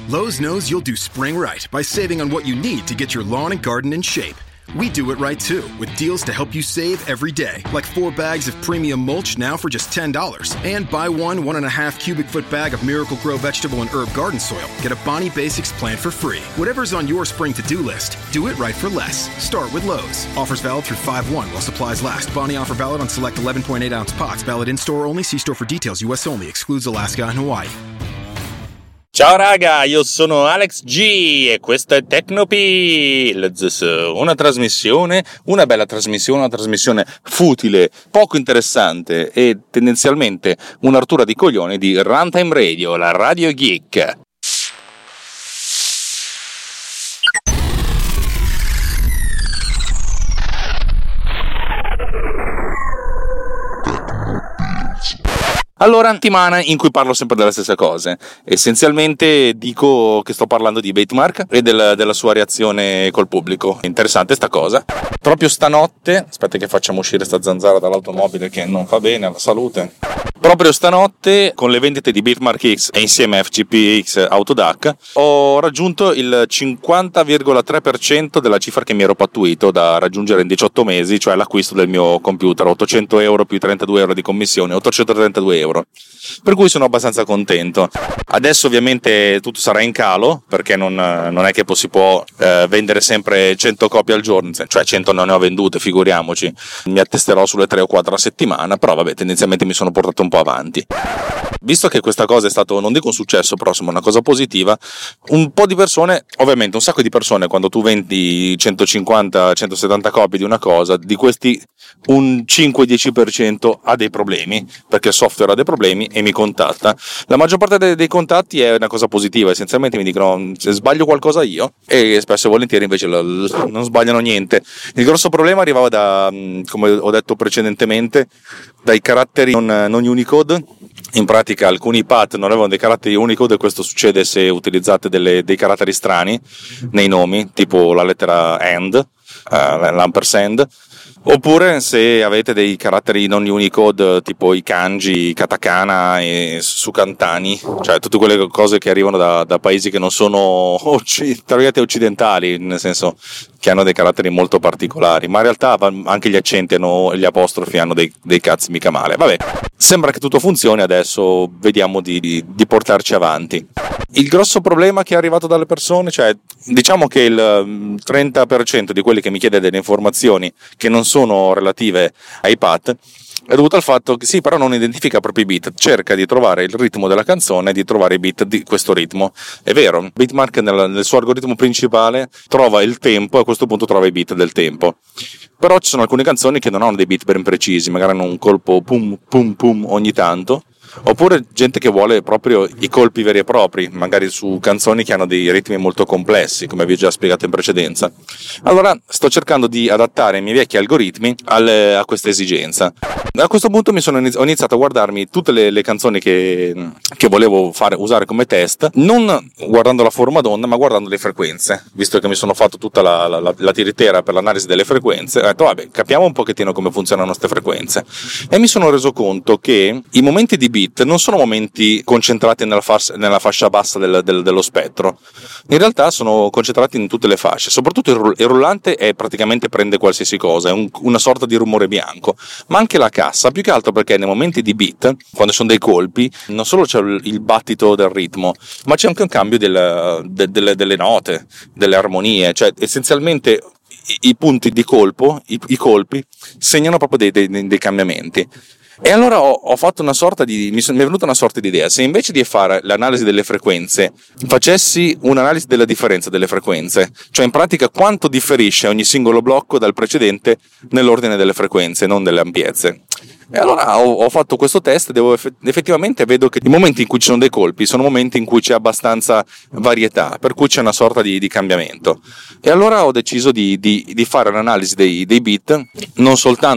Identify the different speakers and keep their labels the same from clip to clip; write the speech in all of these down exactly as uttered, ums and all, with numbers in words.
Speaker 1: Lowe's knows you'll do spring right by saving on what you need to get your lawn and garden in shape. We do it right too, with deals to help you save every day, like four bags of premium mulch now for just ten dollars. And buy one one and a half cubic foot bag of Miracle Grow vegetable and herb garden soil. Get a Bonnie Basics plant for free. Whatever's on your spring to-do list, do it right for less. Start with Lowe's. Offers valid through five one while supplies last. Bonnie offer valid on select eleven point eight ounce pots. Valid in-store only. See store for details. U S only. Excludes Alaska and Hawaii.
Speaker 2: Ciao raga, io sono Alex G e questo è Technopills, una trasmissione, una bella trasmissione, una trasmissione futile, poco interessante e tendenzialmente un'artura di coglioni di Runtime Radio, la radio geek. Allora, settimana in cui parlo sempre delle stesse cose. Essenzialmente dico che sto parlando di Batemark e del, della sua reazione col pubblico. Interessante sta cosa. Proprio stanotte, aspetta che facciamo uscire sta zanzara dall'automobile che non fa bene alla salute. Proprio stanotte, con le vendite di Batemark X e insieme a F G P X Autodac, ho raggiunto il cinquanta virgola tre per cento della cifra che mi ero pattuito da raggiungere in diciotto mesi, cioè l'acquisto del mio computer, ottocento euro più trentadue euro di commissione, ottocentotrentadue euro. Per cui sono abbastanza contento. Adesso ovviamente tutto sarà in calo, perché non, non è che si può eh, vendere sempre cento copie al giorno, cioè cento non ne ho vendute, figuriamoci. Mi attesterò sulle tre o quattro a settimana, però vabbè, tendenzialmente mi sono portato un po' avanti. Visto che questa cosa è stato, non dico un successo, però insomma una cosa positiva, un po' di persone, ovviamente un sacco di persone, quando tu vendi centocinquanta centosettanta copie di una cosa, di questi un cinque dieci per cento ha dei problemi, perché il software ha dei problemi e mi contatta. La maggior parte dei, dei contatti è una cosa positiva, essenzialmente mi dicono se sbaglio qualcosa io, e spesso e volentieri invece l- l- non sbagliano niente. Il grosso problema arrivava da, come ho detto precedentemente, dai caratteri non, non Unicode. In pratica alcuni path non avevano dei caratteri Unicode e questo succede se utilizzate delle, dei caratteri strani nei nomi, tipo la lettera AND, uh, l'ampersand, oppure se avete dei caratteri non Unicode tipo i kanji, katakana e sukantani, cioè tutte quelle cose che arrivano da, da paesi che non sono occidentali, nel senso che hanno dei caratteri molto particolari, ma in realtà anche gli accenti e gli apostrofi hanno dei, dei cazzi mica male. Vabbè, sembra che tutto funzioni, adesso vediamo di, di, di portarci avanti. Il grosso problema che è arrivato dalle persone, cioè diciamo che il trenta per cento di quelli che mi chiede delle informazioni che non sono relative ai path è dovuto al fatto che sì, però non identifica proprio i beat, cerca di trovare il ritmo della canzone e di trovare i beat di questo ritmo. È vero, Batemark nel, nel suo algoritmo principale trova il tempo e a questo punto trova i beat del tempo. Però ci sono alcune canzoni che non hanno dei beat ben precisi, magari hanno un colpo pum pum pum ogni tanto, oppure gente che vuole proprio i colpi veri e propri, magari su canzoni che hanno dei ritmi molto complessi, come vi ho già spiegato in precedenza. Allora sto cercando di adattare i miei vecchi algoritmi al, a questa esigenza. A questo punto mi sono inizi- ho iniziato a guardarmi tutte le, le canzoni che, che volevo fare, usare come test, non guardando la forma d'onda, ma guardando le frequenze. Visto che mi sono fatto tutta la, la, la tiritera per l'analisi delle frequenze, ho detto vabbè, capiamo un pochettino come funzionano queste frequenze. E mi sono reso conto che i momenti di beat non sono momenti concentrati nella, fas- nella fascia bassa del, del, dello spettro, in realtà sono concentrati in tutte le fasce, soprattutto il, il rullante è praticamente prende qualsiasi cosa, è un, una sorta di rumore bianco, ma anche la cassa, più che altro perché nei momenti di beat, quando sono dei colpi, non solo c'è il, il battito del ritmo, ma c'è anche un cambio del, de, delle, delle note, delle armonie, cioè essenzialmente i, i punti di colpo, i, i colpi segnano proprio dei, dei, dei cambiamenti. E allora ho, ho fatto una sorta di, mi, mi è venuta una sorta di idea, se invece di fare l'analisi delle frequenze facessi un'analisi della differenza delle frequenze, cioè in pratica quanto differisce ogni singolo blocco dal precedente nell'ordine delle frequenze, non delle ampiezze. E allora ho, ho fatto questo test e devo eff- effettivamente vedo che i momenti in cui ci sono dei colpi sono momenti in cui c'è abbastanza varietà, per cui c'è una sorta di, di cambiamento. E allora ho deciso di, di, di fare l'analisi dei, dei beat, non soltanto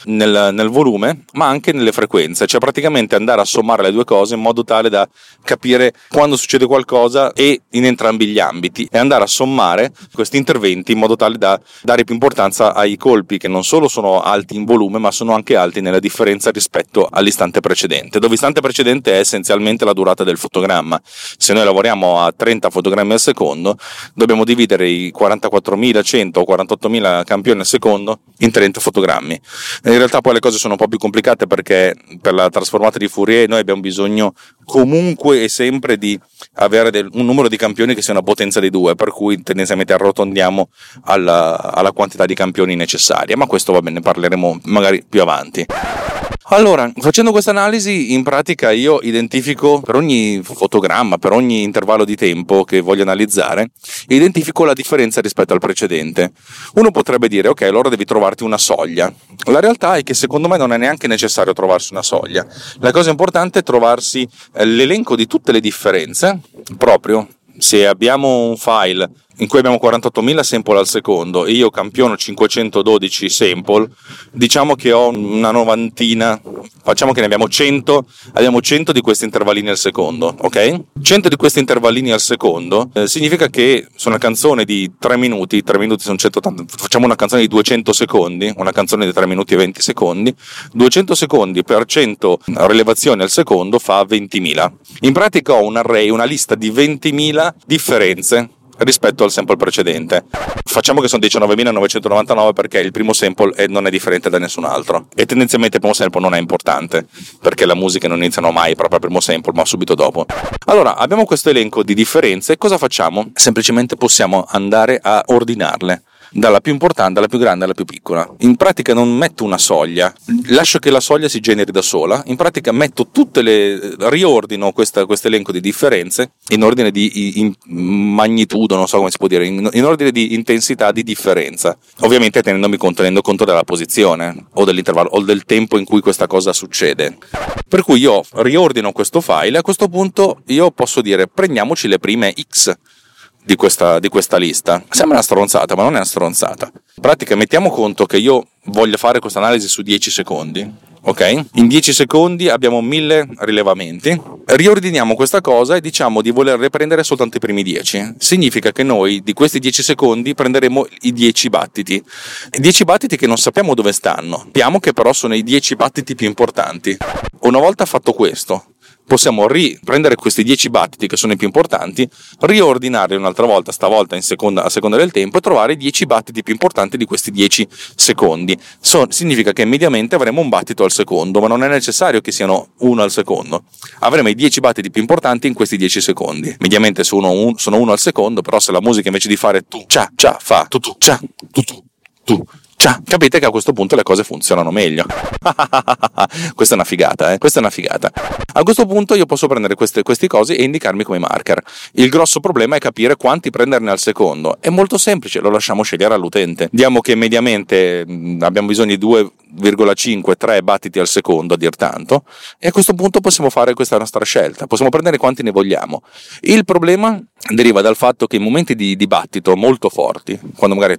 Speaker 2: nel, nel volume ma anche nelle frequenze, cioè praticamente andare a sommare le due cose in modo tale da capire quando succede qualcosa e in entrambi gli ambiti, e andare a sommare questi interventi in modo tale da dare più importanza ai colpi che non solo sono alti in volume ma sono anche alti nella differenza rispetto all'istante precedente, dove l'istante precedente è essenzialmente la durata del fotogramma. Se noi lavoriamo a trenta fotogrammi al secondo dobbiamo dividere i quarantaquattromilacento o quarantottomila campioni al secondo in trenta fotogrammi. In realtà poi le cose sono un po' più complicate, perché per la trasformata di Fourier noi abbiamo bisogno comunque e sempre di avere del, un numero di campioni che sia una potenza di due, per cui tendenzialmente arrotondiamo alla, alla quantità di campioni necessaria, ma questo va bene, ne parleremo magari più avanti. Allora, facendo questa analisi, in pratica io identifico per ogni fotogramma, per ogni intervallo di tempo che voglio analizzare, identifico la differenza rispetto al precedente. Uno potrebbe dire, ok, allora devi trovarti una soglia. La realtà è che secondo me non è neanche necessario trovarsi una soglia. La cosa importante è trovarsi l'elenco di tutte le differenze, proprio se abbiamo un file in cui abbiamo quarantottomila sample al secondo e io campiono cinquecentododici sample, diciamo che ho una novantina, facciamo che ne abbiamo cento, abbiamo cento di questi intervallini al secondo, ok? cento di questi intervallini al secondo eh, significa che su una canzone di tre minuti, tre minuti sono centottanta, facciamo una canzone di duecento secondi, una canzone di tre minuti e venti secondi, duecento secondi per cento rilevazioni al secondo fa ventimila. In pratica ho un array, una lista di ventimila differenze rispetto al sample precedente. Facciamo che sono diciannovemilanovecentonovantanove perché il primo sample è, non è differente da nessun altro, e tendenzialmente il primo sample non è importante perché la musica non iniziano mai proprio al primo sample ma subito dopo. Allora abbiamo questo elenco di differenze, cosa facciamo? Semplicemente possiamo andare a ordinarle dalla più importante alla più grande alla più piccola. In pratica non metto una soglia, lascio che la soglia si generi da sola. In pratica metto tutte le riordino questo elenco di differenze in ordine di in magnitudo, non so come si può dire, in, in ordine di intensità di differenza, ovviamente tenendomi conto, tenendo conto della posizione o dell'intervallo o del tempo in cui questa cosa succede. Per cui io riordino questo file e a questo punto io posso dire prendiamoci le prime X di questa, di questa lista. Sembra una stronzata, ma non è una stronzata. In pratica mettiamo conto che io voglio fare questa analisi su dieci secondi, ok? In dieci secondi abbiamo mille rilevamenti, riordiniamo questa cosa e diciamo di voler riprendere soltanto i primi dieci. Significa che noi di questi dieci secondi prenderemo i dieci battiti, i dieci battiti che non sappiamo dove stanno, sappiamo che però sono i dieci battiti più importanti. Una volta fatto questo, possiamo riprendere questi dieci battiti che sono i più importanti, riordinarli un'altra volta, stavolta in seconda, a seconda del tempo, e trovare i dieci battiti più importanti di questi dieci secondi. So, significa che mediamente avremo un battito al secondo, ma non è necessario che siano uno al secondo. Avremo i dieci battiti più importanti in questi dieci secondi. Mediamente sono, un, sono uno al secondo, però se la musica invece di fare tu, cia, cia, fa, tu, tu, cia, tu, tu, tu, cia, capite che a questo punto le cose funzionano meglio. Questa è una figata, eh? Questa è una figata. A questo punto io posso prendere queste, queste cose e indicarmi come marker. Il grosso problema è capire quanti prenderne al secondo. È molto semplice, lo lasciamo scegliere all'utente. Diamo che mediamente mh, abbiamo bisogno di due virgola cinque tre battiti al secondo, a dir tanto, e a questo punto possiamo fare questa nostra scelta. Possiamo prendere quanti ne vogliamo. Il problema deriva dal fatto che in momenti di dibattito molto forti, quando magari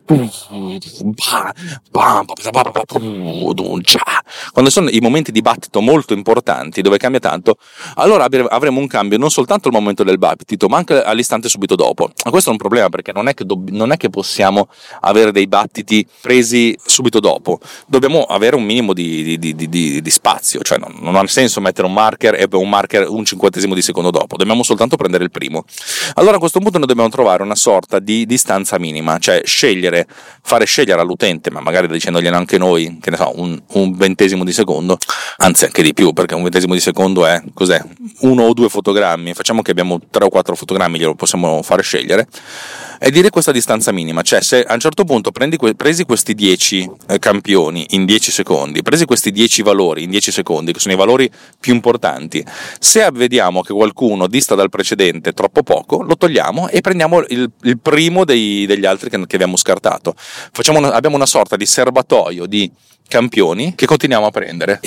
Speaker 2: quando sono i momenti di dibattito molto importanti dove cambia tanto, allora avremo un cambio non soltanto al momento del dibattito ma anche all'istante subito dopo. Ma questo è un problema, perché non è che, dobb- non è che possiamo avere dei battiti presi subito dopo, dobbiamo avere un minimo di, di, di, di, di spazio, cioè non, non ha senso mettere un marker e un marker un cinquantesimo di secondo dopo, dobbiamo soltanto prendere il primo. Allora a questo punto noi dobbiamo trovare una sorta di distanza minima, cioè scegliere, fare scegliere all'utente, ma magari dicendoglielo anche noi, che ne so, un, un ventesimo di secondo, anzi anche di più, perché un ventesimo di secondo è, cos'è, uno o due fotogrammi, facciamo che abbiamo tre o quattro fotogrammi, glielo possiamo fare scegliere, e dire questa distanza minima, cioè se a un certo punto prendi, presi questi dieci eh, campioni in dieci secondi, presi questi dieci valori in dieci secondi, che sono i valori più importanti, se vediamo che qualcuno dista dal precedente troppo poco, lo togliamo e prendiamo il, il primo dei, degli altri che, che abbiamo scartato. Facciamo una, abbiamo una sorta di serbatoio di campioni che continuiamo a prendere, e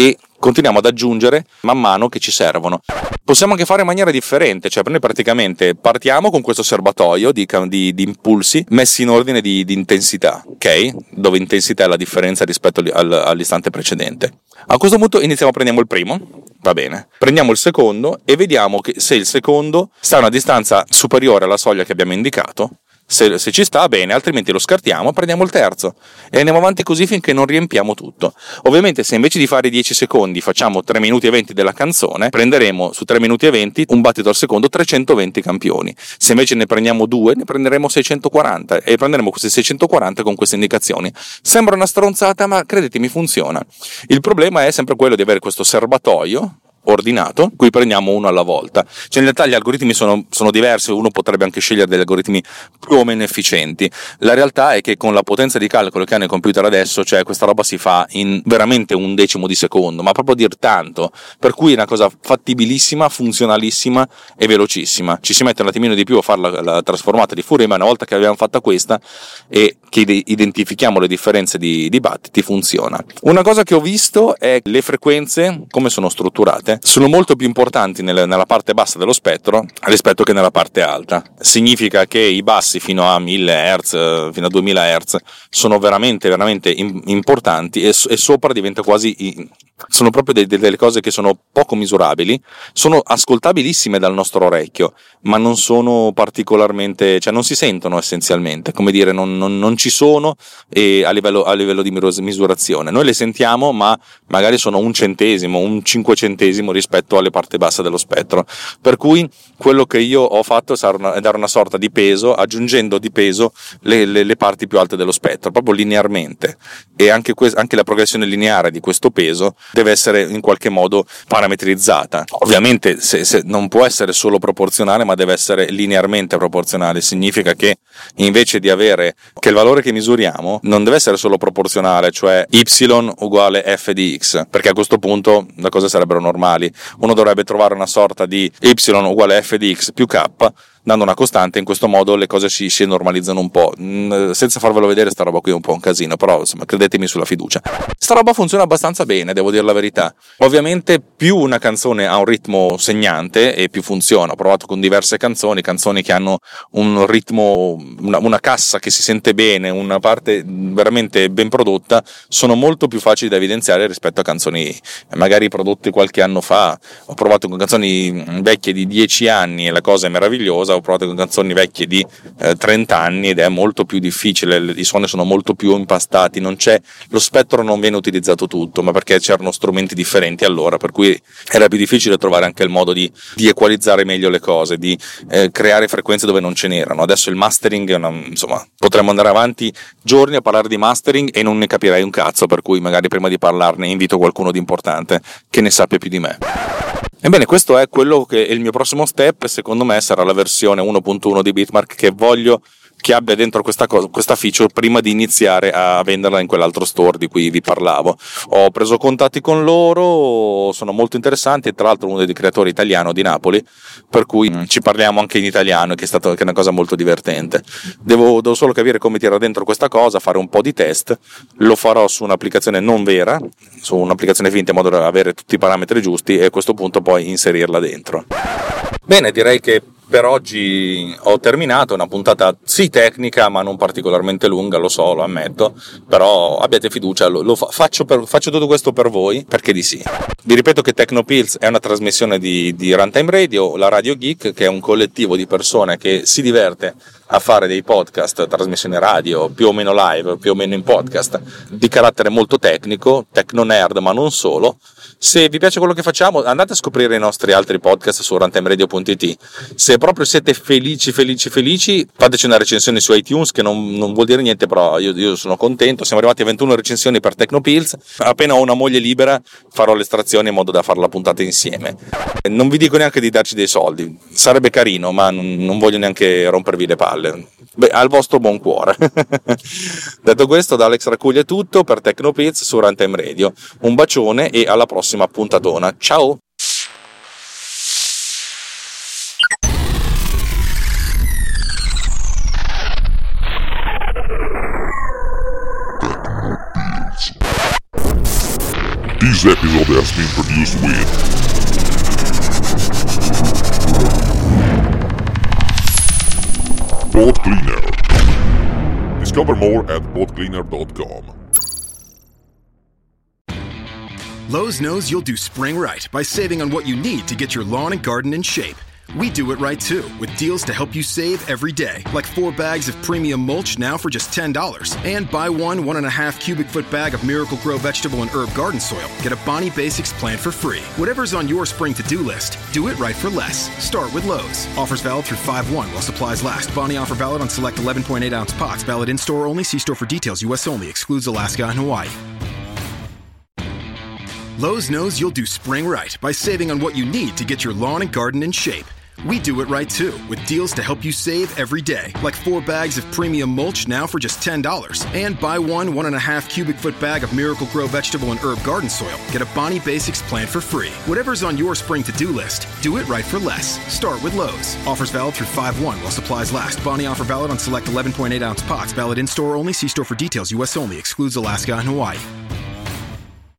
Speaker 2: continuiamo ad aggiungere man mano che ci servono. Possiamo anche fare in maniera differente, cioè noi praticamente partiamo con questo serbatoio di, di, di impulsi messi in ordine di, di intensità, ok? Dove intensità è la differenza rispetto al, all'istante precedente. A questo punto iniziamo, prendiamo il primo, va bene, prendiamo il secondo e vediamo che se il secondo sta a una distanza superiore alla soglia che abbiamo indicato. Se, se ci sta bene, altrimenti lo scartiamo, prendiamo il terzo e andiamo avanti così finché non riempiamo tutto. Ovviamente se invece di fare dieci secondi facciamo tre minuti e venti della canzone, prenderemo su tre minuti e venti un battito al secondo trecentoventi campioni. Se invece ne prendiamo due, ne prenderemo seicentoquaranta e prenderemo questi seicentoquaranta con queste indicazioni. Sembra una stronzata, ma credetemi funziona. Il problema è sempre quello di avere questo serbatoio ordinato, qui prendiamo uno alla volta. Cioè in realtà gli algoritmi sono, sono diversi, uno potrebbe anche scegliere degli algoritmi più o meno efficienti. La realtà è che con la potenza di calcolo che hanno i computer adesso, cioè questa roba si fa in veramente un decimo di secondo, ma proprio dir tanto, per cui è una cosa fattibilissima, funzionalissima e velocissima. Ci si mette un attimino di più a fare la, la trasformata di Fourier, ma una volta che abbiamo fatta questa e che identifichiamo le differenze di, di battiti, funziona. Una cosa che ho visto è le frequenze, come sono strutturate, sono molto più importanti nelle, nella parte bassa dello spettro rispetto che nella parte alta. Significa che i bassi fino a mille hertz, fino a duemila hertz sono veramente veramente in, importanti e, e sopra diventa quasi, sono proprio de, de, delle cose che sono poco misurabili, sono ascoltabilissime dal nostro orecchio, ma non sono particolarmente, cioè non si sentono essenzialmente, come dire, non, non, non ci sono e a livello, a livello di misurazione. Noi le sentiamo, ma magari sono un centesimo, un cinquecentesimo rispetto alle parti basse dello spettro, per cui quello che io ho fatto è dare una sorta di peso, aggiungendo di peso le, le, le parti più alte dello spettro, proprio linearmente, e anche, que- anche la progressione lineare di questo peso deve essere in qualche modo parametrizzata. Ovviamente se, se non può essere solo proporzionale, ma deve essere linearmente proporzionale. Significa che invece di avere che il valore che misuriamo non deve essere solo proporzionale, cioè y uguale f di x, perché a questo punto le cose sarebbero normali. Uno dovrebbe trovare una sorta di y uguale f di x più k, dando una costante. In questo modo le cose si, si normalizzano un po'. Senza farvelo vedere, sta roba qui è un po' un casino, però insomma credetemi sulla fiducia. Sta roba funziona abbastanza bene, devo dire la verità. Ovviamente più una canzone ha un ritmo segnante e più funziona. Ho provato con diverse canzoni, canzoni che hanno un ritmo, una, una cassa che si sente bene, una parte veramente ben prodotta, sono molto più facili da evidenziare rispetto a canzoni magari prodotte qualche anno fa. Ho provato con canzoni vecchie di dieci anni e la cosa è meravigliosa. Ho provato con canzoni vecchie di eh, trenta anni ed è molto più difficile, i suoni sono molto più impastati, non c'è, lo spettro non viene utilizzato tutto, ma perché c'erano strumenti differenti allora, per cui era più difficile trovare anche il modo di, di equalizzare meglio le cose, di eh, creare frequenze dove non ce n'erano. Adesso il mastering è una, insomma, potremmo andare avanti giorni a parlare di mastering e non ne capirei un cazzo, per cui magari prima di parlarne invito qualcuno di importante che ne sappia più di me. Ebbene, questo è quello che è il mio prossimo step. Secondo me sarà la versione uno punto uno di Bitmark, che voglio che abbia dentro questa cosa, questa feature prima di iniziare a venderla in quell'altro store di cui vi parlavo. Ho preso contatti con loro, sono molto interessanti, e tra l'altro uno dei creatori italiano di Napoli, per cui ci parliamo anche in italiano, che è stato che è una cosa molto divertente. Devo, devo solo capire come tirare dentro questa cosa, fare un po' di test. Lo farò su un'applicazione non vera, su un'applicazione finta, in modo da avere tutti i parametri giusti, e a questo punto poi inserirla dentro. Bene, direi che per oggi ho terminato. Una puntata sì tecnica, ma non particolarmente lunga, lo so, lo ammetto, però abbiate fiducia, lo, lo fa, faccio, per, faccio tutto questo per voi, perché di sì. Vi ripeto che Technopills è una trasmissione di, di Runtime Radio, la Radio Geek, che è un collettivo di persone che si diverte a fare dei podcast, trasmissioni radio, più o meno live, più o meno in podcast, di carattere molto tecnico, techno nerd, ma non solo. Se vi piace quello che facciamo, andate a scoprire i nostri altri podcast su runtime radio punto it. Se proprio siete felici, felici, felici, fateci una recensione su iTunes, che non, non vuol dire niente, però io, io sono contento. Siamo arrivati a ventuno recensioni per Technopills. Appena ho una moglie libera farò l'estrazione in modo da fare la puntata insieme. Non vi dico neanche di darci dei soldi, sarebbe carino, ma non, non voglio neanche rompervi le palle. Beh, al vostro buon cuore. Detto questo, da Alex Racuglia è tutto per Technopills su Runtime Radio. Un bacione e alla prossima puntatona. Ciao!
Speaker 3: This episode has been produced with Pod Cleaner. Discover more at pod cleaner dot com.
Speaker 1: Lowe's knows you'll do spring right by saving on what you need to get your lawn and garden in shape. We do it right too, with deals to help you save every day, like four bags of premium mulch now for just ten dollars. And buy one one and a half cubic foot bag of Miracle-Gro vegetable and herb garden soil. Get a Bonnie Basics plan for free. Whatever's on your spring to-do list, do it right for less. Start with Lowe's. Offers valid through five one while supplies last. Bonnie offer valid on select eleven point eight ounce pots. Valid in-store only. See store for details. U S only. Excludes Alaska and Hawaii. Lowe's knows you'll do spring right by saving on what you need to get your lawn and garden in shape. We do it right too, with deals to help you save every day, like four bags of premium mulch now for just ten dollars. And buy one one and a half cubic foot bag of Miracle-Gro vegetable and herb garden soil. Get a Bonnie Basics plan for free. Whatever's on your spring to-do list, do it right for less. Start with Lowe's. Offers valid through five one while supplies last. Bonnie offer valid on select eleven point eight ounce pots. Valid in-store only. See store for details. U S only. Excludes Alaska and Hawaii.